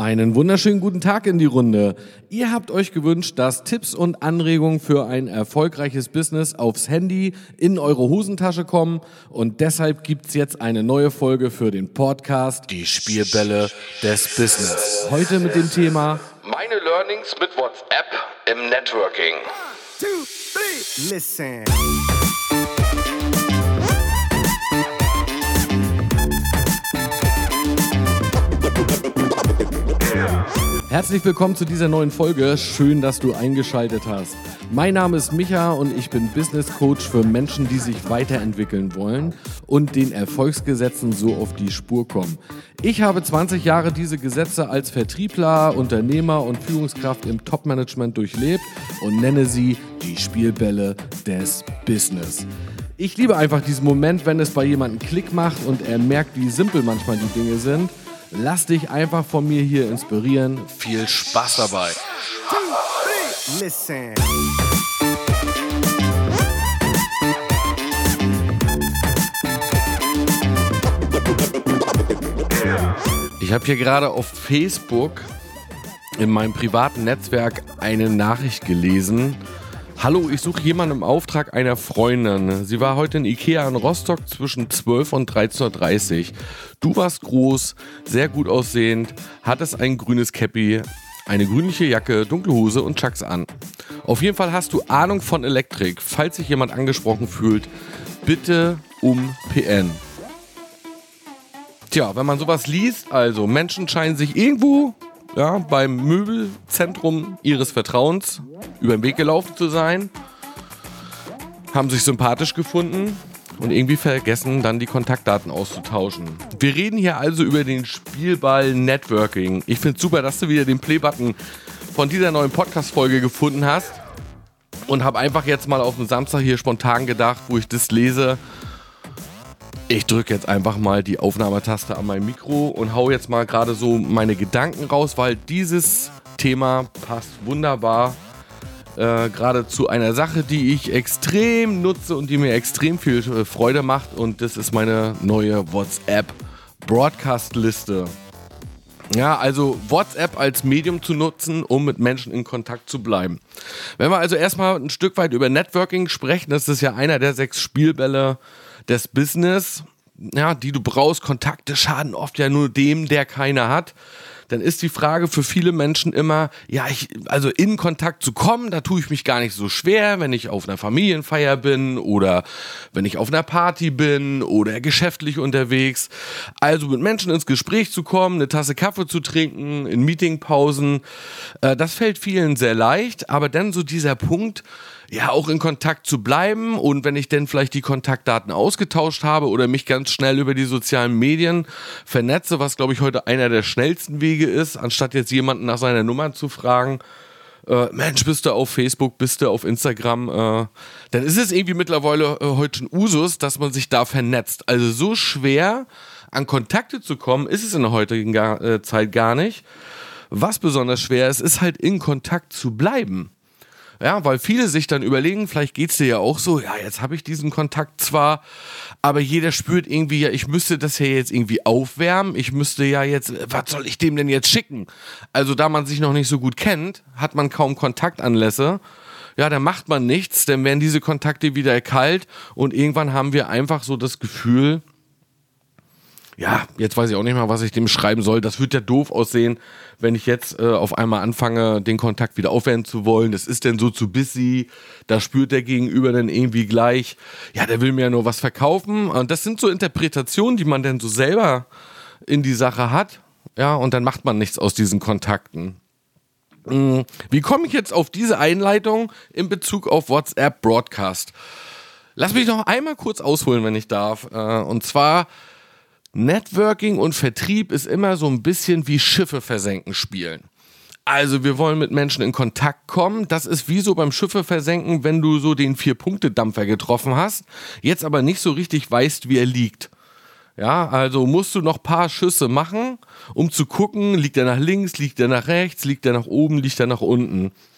Einen wunderschönen guten Tag in die Runde. Ihr habt euch gewünscht, dass Tipps und Anregungen für ein erfolgreiches Business aufs Handy in eure Hosentasche kommen und deshalb gibt's jetzt eine neue Folge für den Podcast Die Spielbälle des Business. Heute mit dem Thema Meine Learnings mit WhatsApp im Networking. 2, 3, listen. Herzlich willkommen zu dieser neuen Folge. Schön, dass du eingeschaltet hast. Mein Name ist Micha und ich bin Business Coach für Menschen, die sich weiterentwickeln wollen und den Erfolgsgesetzen so auf die Spur kommen. Ich habe 20 Jahre diese Gesetze als Vertriebler, Unternehmer und Führungskraft im Top-Management durchlebt und nenne sie die Spielbälle des Business. Ich liebe einfach diesen Moment, wenn es bei jemandem Klick macht und er merkt, wie simpel manchmal die Dinge sind. Lass dich einfach von mir hier inspirieren. Viel Spaß dabei. 2, 3, listen. Ich habe hier gerade auf Facebook in meinem privaten Netzwerk eine Nachricht gelesen. Hallo, ich suche jemanden im Auftrag einer Freundin. Sie war heute in Ikea in Rostock zwischen 12 und 13.30 Uhr. Du warst groß, sehr gut aussehend, hattest ein grünes Käppi, eine grünliche Jacke, dunkle Hose und Chucks an. Auf jeden Fall hast du Ahnung von Elektrik. Falls sich jemand angesprochen fühlt, bitte um PN. Tja, wenn man sowas liest, also Menschen scheinen sich irgendwo beim Möbelzentrum ihres Vertrauens über den Weg gelaufen zu sein, haben sich sympathisch gefunden und irgendwie vergessen, dann die Kontaktdaten auszutauschen. Wir reden hier also über den Spielball Networking. Ich finde es super, dass du wieder den Play-Button von dieser neuen Podcast-Folge gefunden hast und habe einfach jetzt mal auf den Samstag hier spontan gedacht, wo ich das lese, ich drücke jetzt einfach mal die Aufnahmetaste an mein Mikro und hau jetzt mal gerade so meine Gedanken raus, weil dieses Thema passt wunderbar gerade zu einer Sache, die ich extrem nutze und die mir extrem viel Freude macht, und das ist meine neue WhatsApp-Broadcast-Liste. Ja, also WhatsApp als Medium zu nutzen, um mit Menschen in Kontakt zu bleiben. Wenn wir also erstmal ein Stück weit über Networking sprechen, das ist ja einer der 6 Spielbälle des Business, ja, die du brauchst. Kontakte schaden oft ja nur dem, der keine hat. Dann ist die Frage für viele Menschen immer, also in Kontakt zu kommen, da tue ich mich gar nicht so schwer, wenn ich auf einer Familienfeier bin oder wenn ich auf einer Party bin oder geschäftlich unterwegs. Also mit Menschen ins Gespräch zu kommen, eine Tasse Kaffee zu trinken, in Meetingpausen, das fällt vielen sehr leicht, aber dann so dieser Punkt, ja, auch in Kontakt zu bleiben, und wenn ich denn vielleicht die Kontaktdaten ausgetauscht habe oder mich ganz schnell über die sozialen Medien vernetze, was glaube ich heute einer der schnellsten Wege ist, anstatt jetzt jemanden nach seiner Nummer zu fragen, Mensch, bist du auf Facebook, bist du auf Instagram, dann ist es irgendwie mittlerweile heute schon Usus, dass man sich da vernetzt. Also so schwer an Kontakte zu kommen, ist es in der heutigen Zeit gar nicht. Was besonders schwer ist halt in Kontakt zu bleiben. Ja, weil viele sich dann überlegen, vielleicht geht's dir ja auch so, ja, jetzt habe ich diesen Kontakt zwar, aber jeder spürt irgendwie, ja, ich müsste das ja jetzt irgendwie aufwärmen, ich müsste ja jetzt, was soll ich dem denn jetzt schicken? Also da man sich noch nicht so gut kennt, hat man kaum Kontaktanlässe, ja, dann macht man nichts, dann werden diese Kontakte wieder kalt und irgendwann haben wir einfach so das Gefühl, ja, jetzt weiß ich auch nicht mal, was ich dem schreiben soll. Das wird ja doof aussehen, wenn ich jetzt auf einmal anfange, den Kontakt wieder aufwärmen zu wollen. Das ist denn so zu busy. Da spürt der Gegenüber dann irgendwie gleich, ja, der will mir ja nur was verkaufen. Und das sind so Interpretationen, die man dann so selber in die Sache hat. Ja, und dann macht man nichts aus diesen Kontakten. Wie komme ich jetzt auf diese Einleitung in Bezug auf WhatsApp Broadcast? Lass mich noch einmal kurz ausholen, wenn ich darf. Und zwar: Networking und Vertrieb ist immer so ein bisschen wie Schiffe versenken spielen. Also wir wollen mit Menschen in Kontakt kommen. Das ist wie so beim Schiffe versenken, wenn du so den 4-Punkte-Dampfer getroffen hast, jetzt aber nicht so richtig weißt, wie er liegt. Ja, also musst du noch ein paar Schüsse machen, um zu gucken, liegt er nach links, liegt er nach rechts, liegt er nach oben, liegt er nach unten.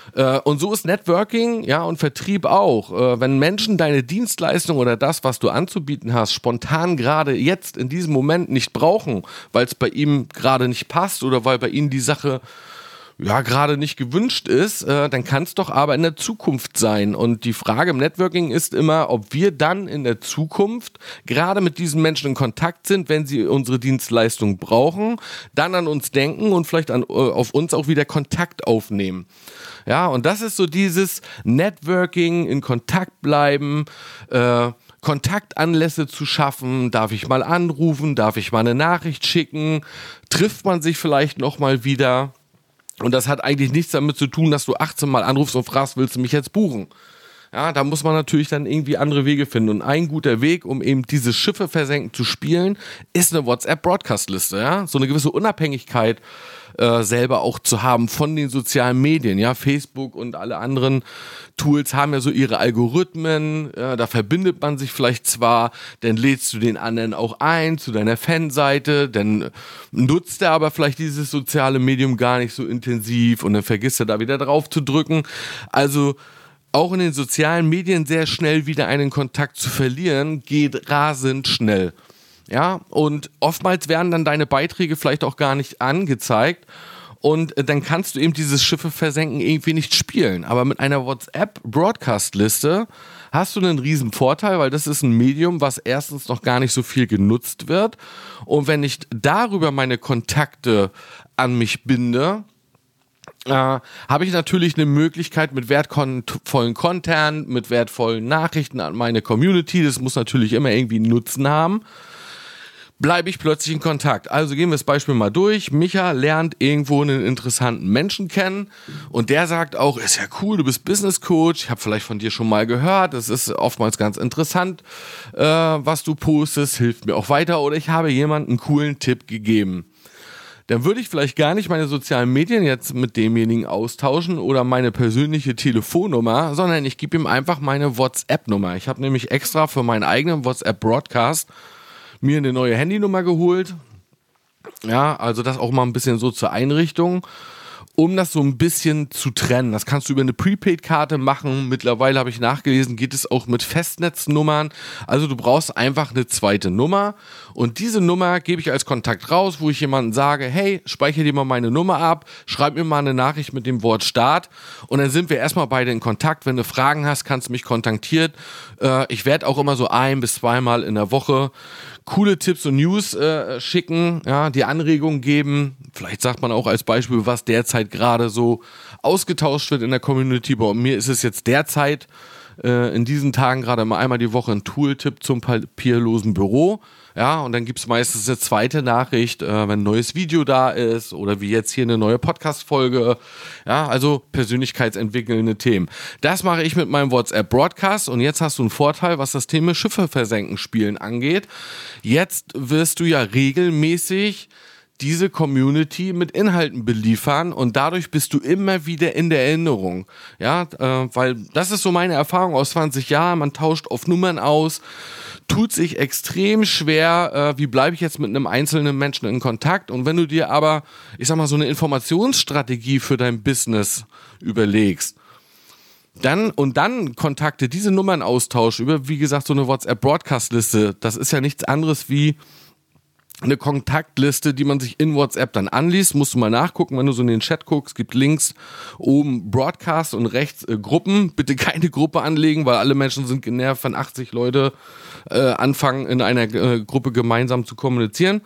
Und so ist Networking, ja, und Vertrieb auch. Wenn Menschen deine Dienstleistung oder das, was du anzubieten hast, spontan gerade jetzt in diesem Moment nicht brauchen, weil es bei ihm gerade nicht passt oder weil bei ihnen die Sache ja gerade nicht gewünscht ist, dann kann es doch aber in der Zukunft sein. Und die Frage im Networking ist immer, ob wir dann in der Zukunft gerade mit diesen Menschen in Kontakt sind, wenn sie unsere Dienstleistung brauchen, dann an uns denken und vielleicht auf uns auch wieder Kontakt aufnehmen. Ja, und das ist so dieses Networking, in Kontakt bleiben, Kontaktanlässe zu schaffen, darf ich mal anrufen, darf ich mal eine Nachricht schicken, trifft man sich vielleicht nochmal wieder. Und das hat eigentlich nichts damit zu tun, dass du 18 Mal anrufst und fragst, willst du mich jetzt buchen? Ja, da muss man natürlich dann irgendwie andere Wege finden. Und ein guter Weg, um eben diese Schiffe versenken zu spielen, ist eine WhatsApp-Broadcast-Liste. Ja? So eine gewisse Unabhängigkeit selber auch zu haben von den sozialen Medien. Ja, Facebook und alle anderen Tools haben ja so ihre Algorithmen. Da verbindet man sich vielleicht zwar, dann lädst du den anderen auch ein zu deiner Fanseite, dann nutzt er aber vielleicht dieses soziale Medium gar nicht so intensiv und dann vergisst er da wieder drauf zu drücken. Also auch in den sozialen Medien sehr schnell wieder einen Kontakt zu verlieren, geht rasend schnell. Ja, und oftmals werden dann deine Beiträge vielleicht auch gar nicht angezeigt und dann kannst du eben dieses Schiffe versenken irgendwie nicht spielen. Aber mit einer WhatsApp-Broadcast-Liste hast du einen riesen Vorteil, weil das ist ein Medium, was erstens noch gar nicht so viel genutzt wird. Und wenn ich darüber meine Kontakte an mich binde, habe ich natürlich eine Möglichkeit mit wertvollen Content, mit wertvollen Nachrichten an meine Community, das muss natürlich immer irgendwie einen Nutzen haben, bleibe ich plötzlich in Kontakt. Also gehen wir das Beispiel mal durch. Micha lernt irgendwo einen interessanten Menschen kennen und der sagt auch, ist ja cool, du bist Business Coach, ich habe vielleicht von dir schon mal gehört, das ist oftmals ganz interessant, was du postest, hilft mir auch weiter oder ich habe jemandem einen coolen Tipp gegeben. Dann würde ich vielleicht gar nicht meine sozialen Medien jetzt mit demjenigen austauschen oder meine persönliche Telefonnummer, sondern ich gebe ihm einfach meine WhatsApp-Nummer. Ich habe nämlich extra für meinen eigenen WhatsApp-Broadcast mir eine neue Handynummer geholt. Ja, also das auch mal ein bisschen so zur Einrichtung, um das so ein bisschen zu trennen. Das kannst du über eine Prepaid-Karte machen. Mittlerweile habe ich nachgelesen, geht es auch mit Festnetznummern. Also du brauchst einfach eine zweite Nummer und diese Nummer gebe ich als Kontakt raus, wo ich jemandem sage, hey, speichere dir mal meine Nummer ab, schreib mir mal eine Nachricht mit dem Wort Start und dann sind wir erstmal beide in Kontakt. Wenn du Fragen hast, kannst du mich kontaktieren. Ich werde auch immer so 1- bis 2-mal in der Woche coole Tipps und News schicken, ja, die Anregungen geben. Vielleicht sagt man auch als Beispiel, was derzeit gerade so ausgetauscht wird in der Community. Bei mir ist es jetzt derzeit in diesen Tagen gerade mal einmal die Woche ein Tooltip zum papierlosen Büro. Ja, und dann gibt es meistens eine zweite Nachricht, wenn ein neues Video da ist oder wie jetzt hier eine neue Podcast-Folge. Ja, also persönlichkeitsentwickelnde Themen. Das mache ich mit meinem WhatsApp-Broadcast und jetzt hast du einen Vorteil, was das Thema Schiffe versenken spielen angeht. Jetzt wirst du ja regelmäßig diese Community mit Inhalten beliefern und dadurch bist du immer wieder in der Erinnerung. Ja, weil das ist so meine Erfahrung aus 20 Jahren. Man tauscht auf Nummern aus, tut sich extrem schwer, wie bleibe ich jetzt mit einem einzelnen Menschen in Kontakt. Und wenn du dir aber, ich sag mal, so eine Informationsstrategie für dein Business überlegst, dann Kontakte, diese Nummern austausch über, wie gesagt, so eine WhatsApp-Broadcast-Liste, das ist ja nichts anderes wie eine Kontaktliste, die man sich in WhatsApp dann anliest, musst du mal nachgucken, wenn du so in den Chat guckst, gibt links oben Broadcast und rechts Gruppen, bitte keine Gruppe anlegen, weil alle Menschen sind genervt, wenn 80 Leute anfangen in einer Gruppe gemeinsam zu kommunizieren.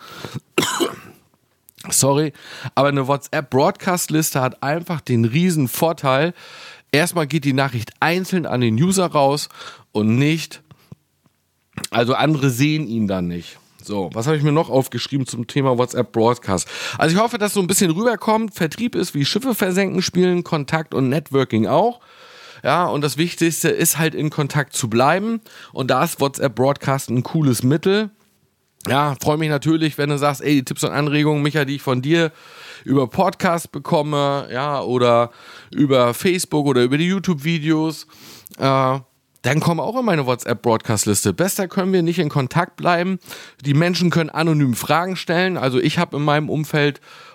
Sorry, aber eine WhatsApp-Broadcast-Liste hat einfach den riesen Vorteil, erstmal geht die Nachricht einzeln an den User raus und nicht, also andere sehen ihn dann nicht. So, was habe ich mir noch aufgeschrieben zum Thema WhatsApp Broadcast? Also ich hoffe, dass so ein bisschen rüberkommt. Vertrieb ist wie Schiffe versenken, spielen, Kontakt und Networking auch. Ja, und das Wichtigste ist halt in Kontakt zu bleiben. Und da ist WhatsApp Broadcast ein cooles Mittel. Ja, freue mich natürlich, wenn du sagst, ey, die Tipps und Anregungen, Micha, die ich von dir über Podcast bekomme, ja, oder über Facebook oder über die YouTube-Videos, dann kommen auch in meine WhatsApp-Broadcast-Liste. Besser können wir nicht in Kontakt bleiben. Die Menschen können anonym Fragen stellen. Also ich habe in meinem Umfeld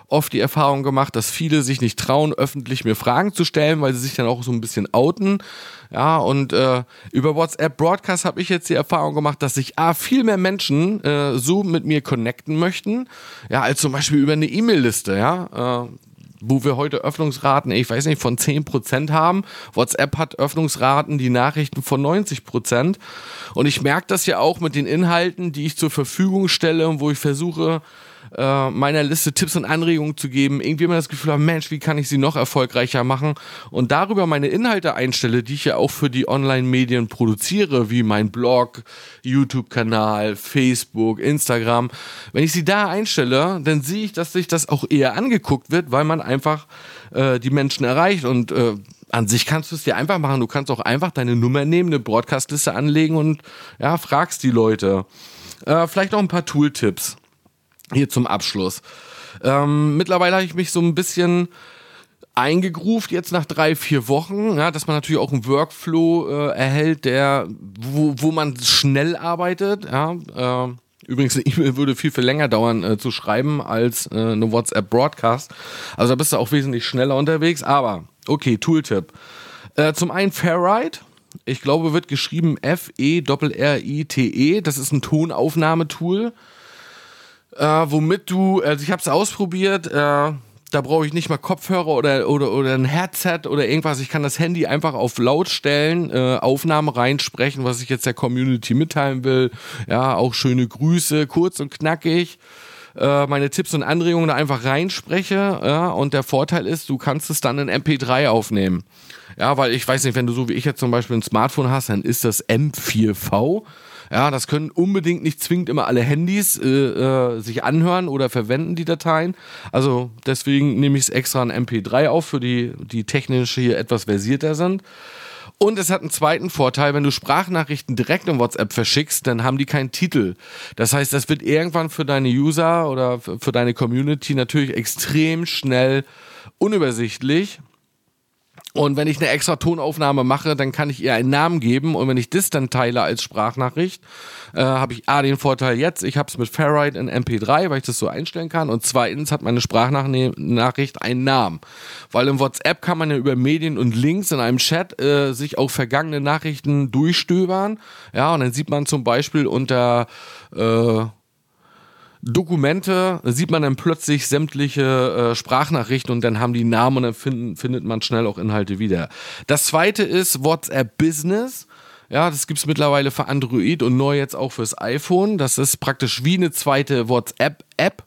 oft die Erfahrung gemacht, dass viele sich nicht trauen, öffentlich mir Fragen zu stellen, weil sie sich dann auch so ein bisschen outen. Ja, und über WhatsApp Broadcast habe ich jetzt die Erfahrung gemacht, dass sich viel mehr Menschen so mit mir connecten möchten, ja, als zum Beispiel über eine E-Mail-Liste, ja, wo wir heute Öffnungsraten, ich weiß nicht, von 10% haben. WhatsApp hat Öffnungsraten, die Nachrichten von 90%. Und ich merke das ja auch mit den Inhalten, die ich zur Verfügung stelle und wo ich versuche, meiner Liste Tipps und Anregungen zu geben, irgendwie immer das Gefühl habe, Mensch, wie kann ich sie noch erfolgreicher machen und darüber meine Inhalte einstelle, die ich ja auch für die Online-Medien produziere, wie mein Blog, YouTube-Kanal, Facebook, Instagram. Wenn ich sie da einstelle, dann sehe ich, dass sich das auch eher angeguckt wird, weil man einfach die Menschen erreicht und an sich kannst du es dir einfach machen. Du kannst auch einfach deine Nummer nehmen, eine Broadcast-Liste anlegen und ja, fragst die Leute. Vielleicht noch ein paar Tooltips hier zum Abschluss. Mittlerweile habe ich mich so ein bisschen eingegroovt jetzt nach 3-4 Wochen, ja, dass man natürlich auch einen Workflow erhält, wo man schnell arbeitet. Ja. Übrigens, eine E-Mail würde viel, viel länger dauern zu schreiben als eine WhatsApp-Broadcast. Also da bist du auch wesentlich schneller unterwegs. Aber, okay, Tooltip. Zum einen Fairrite. Ich glaube, wird geschrieben F-E-R-R-I-T-E. Das ist ein Tonaufnahmetool. Womit du, also ich habe es ausprobiert, da brauche ich nicht mal Kopfhörer oder ein Headset oder irgendwas. Ich kann das Handy einfach auf laut stellen, Aufnahmen reinsprechen, was ich jetzt der Community mitteilen will. Ja, auch schöne Grüße, kurz und knackig. Meine Tipps und Anregungen da einfach reinspreche. Ja, und der Vorteil ist, du kannst es dann in MP3 aufnehmen. Ja, weil ich weiß nicht, wenn du so wie ich jetzt zum Beispiel ein Smartphone hast, dann ist das M4V. Ja, das können unbedingt nicht zwingend immer alle Handys sich anhören oder verwenden, die Dateien. Also deswegen nehme ich es extra in MP3 auf, für die technisch hier etwas versierter sind. Und es hat einen zweiten Vorteil, wenn du Sprachnachrichten direkt in WhatsApp verschickst, dann haben die keinen Titel. Das heißt, das wird irgendwann für deine User oder für deine Community natürlich extrem schnell unübersichtlich. Und wenn ich eine extra Tonaufnahme mache, dann kann ich ihr einen Namen geben und wenn ich das dann teile als Sprachnachricht, habe ich den Vorteil jetzt, ich habe es mit Fairrite in MP3, weil ich das so einstellen kann und zweitens hat meine Sprachnachricht einen Namen. Weil im WhatsApp kann man ja über Medien und Links in einem Chat sich auch vergangene Nachrichten durchstöbern. Ja, und dann sieht man zum Beispiel unter Dokumente, sieht man dann plötzlich sämtliche Sprachnachrichten und dann haben die Namen und dann findet man schnell auch Inhalte wieder. Das zweite ist WhatsApp Business. Ja, das gibt es mittlerweile für Android und neu jetzt auch fürs iPhone. Das ist praktisch wie eine zweite WhatsApp-App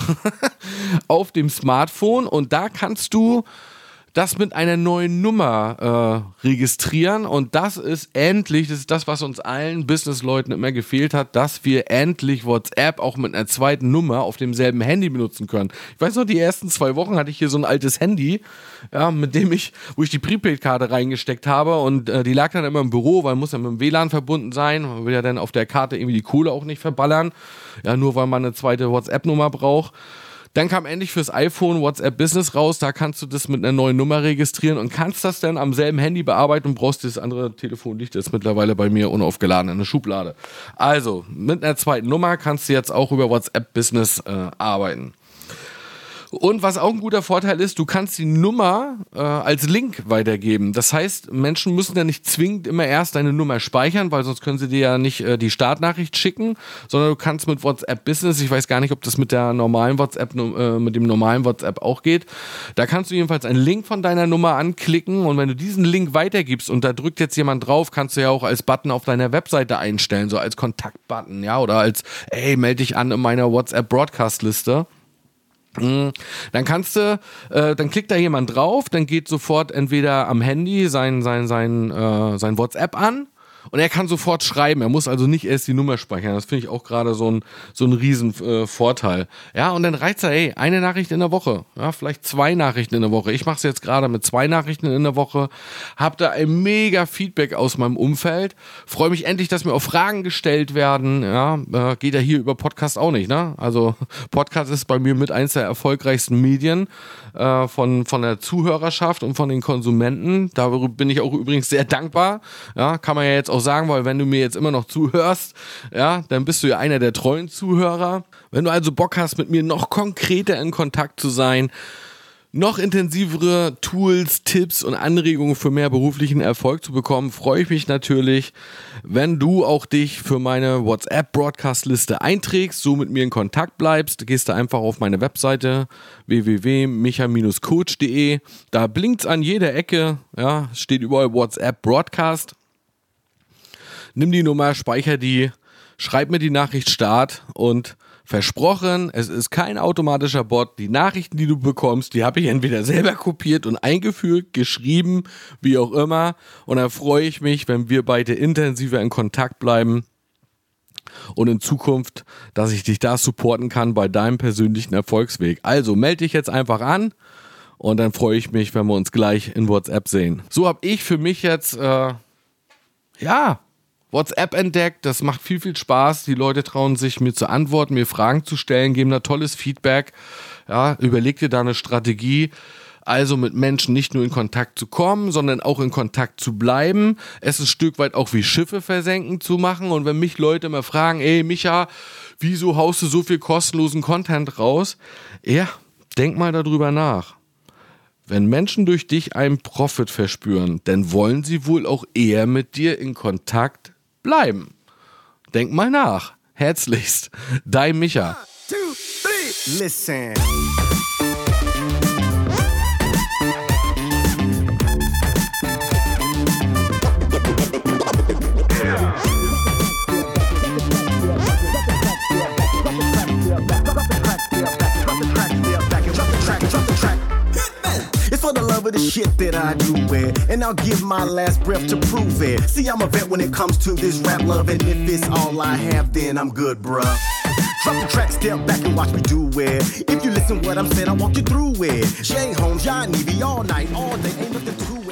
auf dem Smartphone und da kannst du das mit einer neuen Nummer registrieren und das ist das, was uns allen Businessleuten immer gefehlt hat, dass wir endlich WhatsApp auch mit einer zweiten Nummer auf demselben Handy benutzen können. Ich weiß noch, die ersten 2 Wochen hatte ich hier so ein altes Handy, ja, wo ich die Prepaid-Karte reingesteckt habe und die lag dann immer im Büro, weil muss ja mit dem WLAN verbunden sein, man will ja dann auf der Karte irgendwie die Kohle auch nicht verballern, ja, nur weil man eine zweite WhatsApp-Nummer braucht. Dann kam endlich fürs iPhone WhatsApp Business raus, da kannst du das mit einer neuen Nummer registrieren und kannst das dann am selben Handy bearbeiten und brauchst das andere Telefon, liegt jetzt mittlerweile bei mir unaufgeladen in der Schublade. Also, mit einer zweiten Nummer kannst du jetzt auch über WhatsApp Business arbeiten. Und was auch ein guter Vorteil ist, du kannst die Nummer als Link weitergeben. Das heißt, Menschen müssen ja nicht zwingend immer erst deine Nummer speichern, weil sonst können sie dir ja nicht die Startnachricht schicken, sondern du kannst mit WhatsApp Business, ich weiß gar nicht, ob das mit der normalen WhatsApp, mit dem normalen WhatsApp auch geht, da kannst du jedenfalls einen Link von deiner Nummer anklicken und wenn du diesen Link weitergibst und da drückt jetzt jemand drauf, kannst du ja auch als Button auf deiner Webseite einstellen, so als Kontaktbutton, ja, oder als, melde dich an in meiner WhatsApp Broadcast Liste. Dann dann klickt da jemand drauf, dann geht sofort entweder am Handy sein WhatsApp an und er kann sofort schreiben. Er muss also nicht erst die Nummer speichern. Das finde ich auch gerade so ein riesen Vorteil. Ja, und dann reicht's ja, eine Nachricht in der Woche. Ja, vielleicht 2 Nachrichten in der Woche. Ich mache es jetzt gerade mit 2 Nachrichten in der Woche. Hab da ein mega Feedback aus meinem Umfeld. Freue mich endlich, dass mir auch Fragen gestellt werden. Ja, geht ja hier über Podcast auch nicht, ne? Also Podcast ist bei mir mit eins der erfolgreichsten Medien von der Zuhörerschaft und von den Konsumenten. Darüber bin ich auch übrigens sehr dankbar. Ja, kann man ja jetzt auch auch sagen, weil wenn du mir jetzt immer noch zuhörst, ja, dann bist du ja einer der treuen Zuhörer. Wenn du also Bock hast, mit mir noch konkreter in Kontakt zu sein, noch intensivere Tools, Tipps und Anregungen für mehr beruflichen Erfolg zu bekommen, freue ich mich natürlich, wenn du auch dich für meine WhatsApp-Broadcast-Liste einträgst, so mit mir in Kontakt bleibst. Gehst du einfach auf meine Webseite www.micha-coach.de. Da blinkt's an jeder Ecke, ja, steht überall WhatsApp-Broadcast. Nimm die Nummer, speicher die, schreib mir die Nachricht Start und versprochen, es ist kein automatischer Bot. Die Nachrichten, die du bekommst, die habe ich entweder selber kopiert und eingefügt, geschrieben, wie auch immer. Und dann freue ich mich, wenn wir beide intensiver in Kontakt bleiben und in Zukunft, dass ich dich da supporten kann bei deinem persönlichen Erfolgsweg. Also melde dich jetzt einfach an und dann freue ich mich, wenn wir uns gleich in WhatsApp sehen. So habe ich für mich jetzt, WhatsApp entdeckt, das macht viel, viel Spaß. Die Leute trauen sich, mir zu antworten, mir Fragen zu stellen, geben da tolles Feedback. Ja, überleg dir da eine Strategie, also mit Menschen nicht nur in Kontakt zu kommen, sondern auch in Kontakt zu bleiben. Es ein Stück weit auch wie Schiffe versenken zu machen. Und wenn mich Leute mal fragen, ey Micha, wieso haust du so viel kostenlosen Content raus? Ja, denk mal darüber nach. Wenn Menschen durch dich einen Profit verspüren, dann wollen sie wohl auch eher mit dir in Kontakt bleiben. Denk mal nach. Herzlichst, dein Micha. 2, 3, listen. It's for the love of the shit that I do it, and I'll give my last breath to prove it. See, I'm a vet when it comes to this rap love, and if it's all I have, then I'm good, bruh. Drop the track, step back and watch me do it. If you listen what I'm saying, I'll walk you through it. Jay Holmes, John Evie, all night, all day, ain't nothing to it.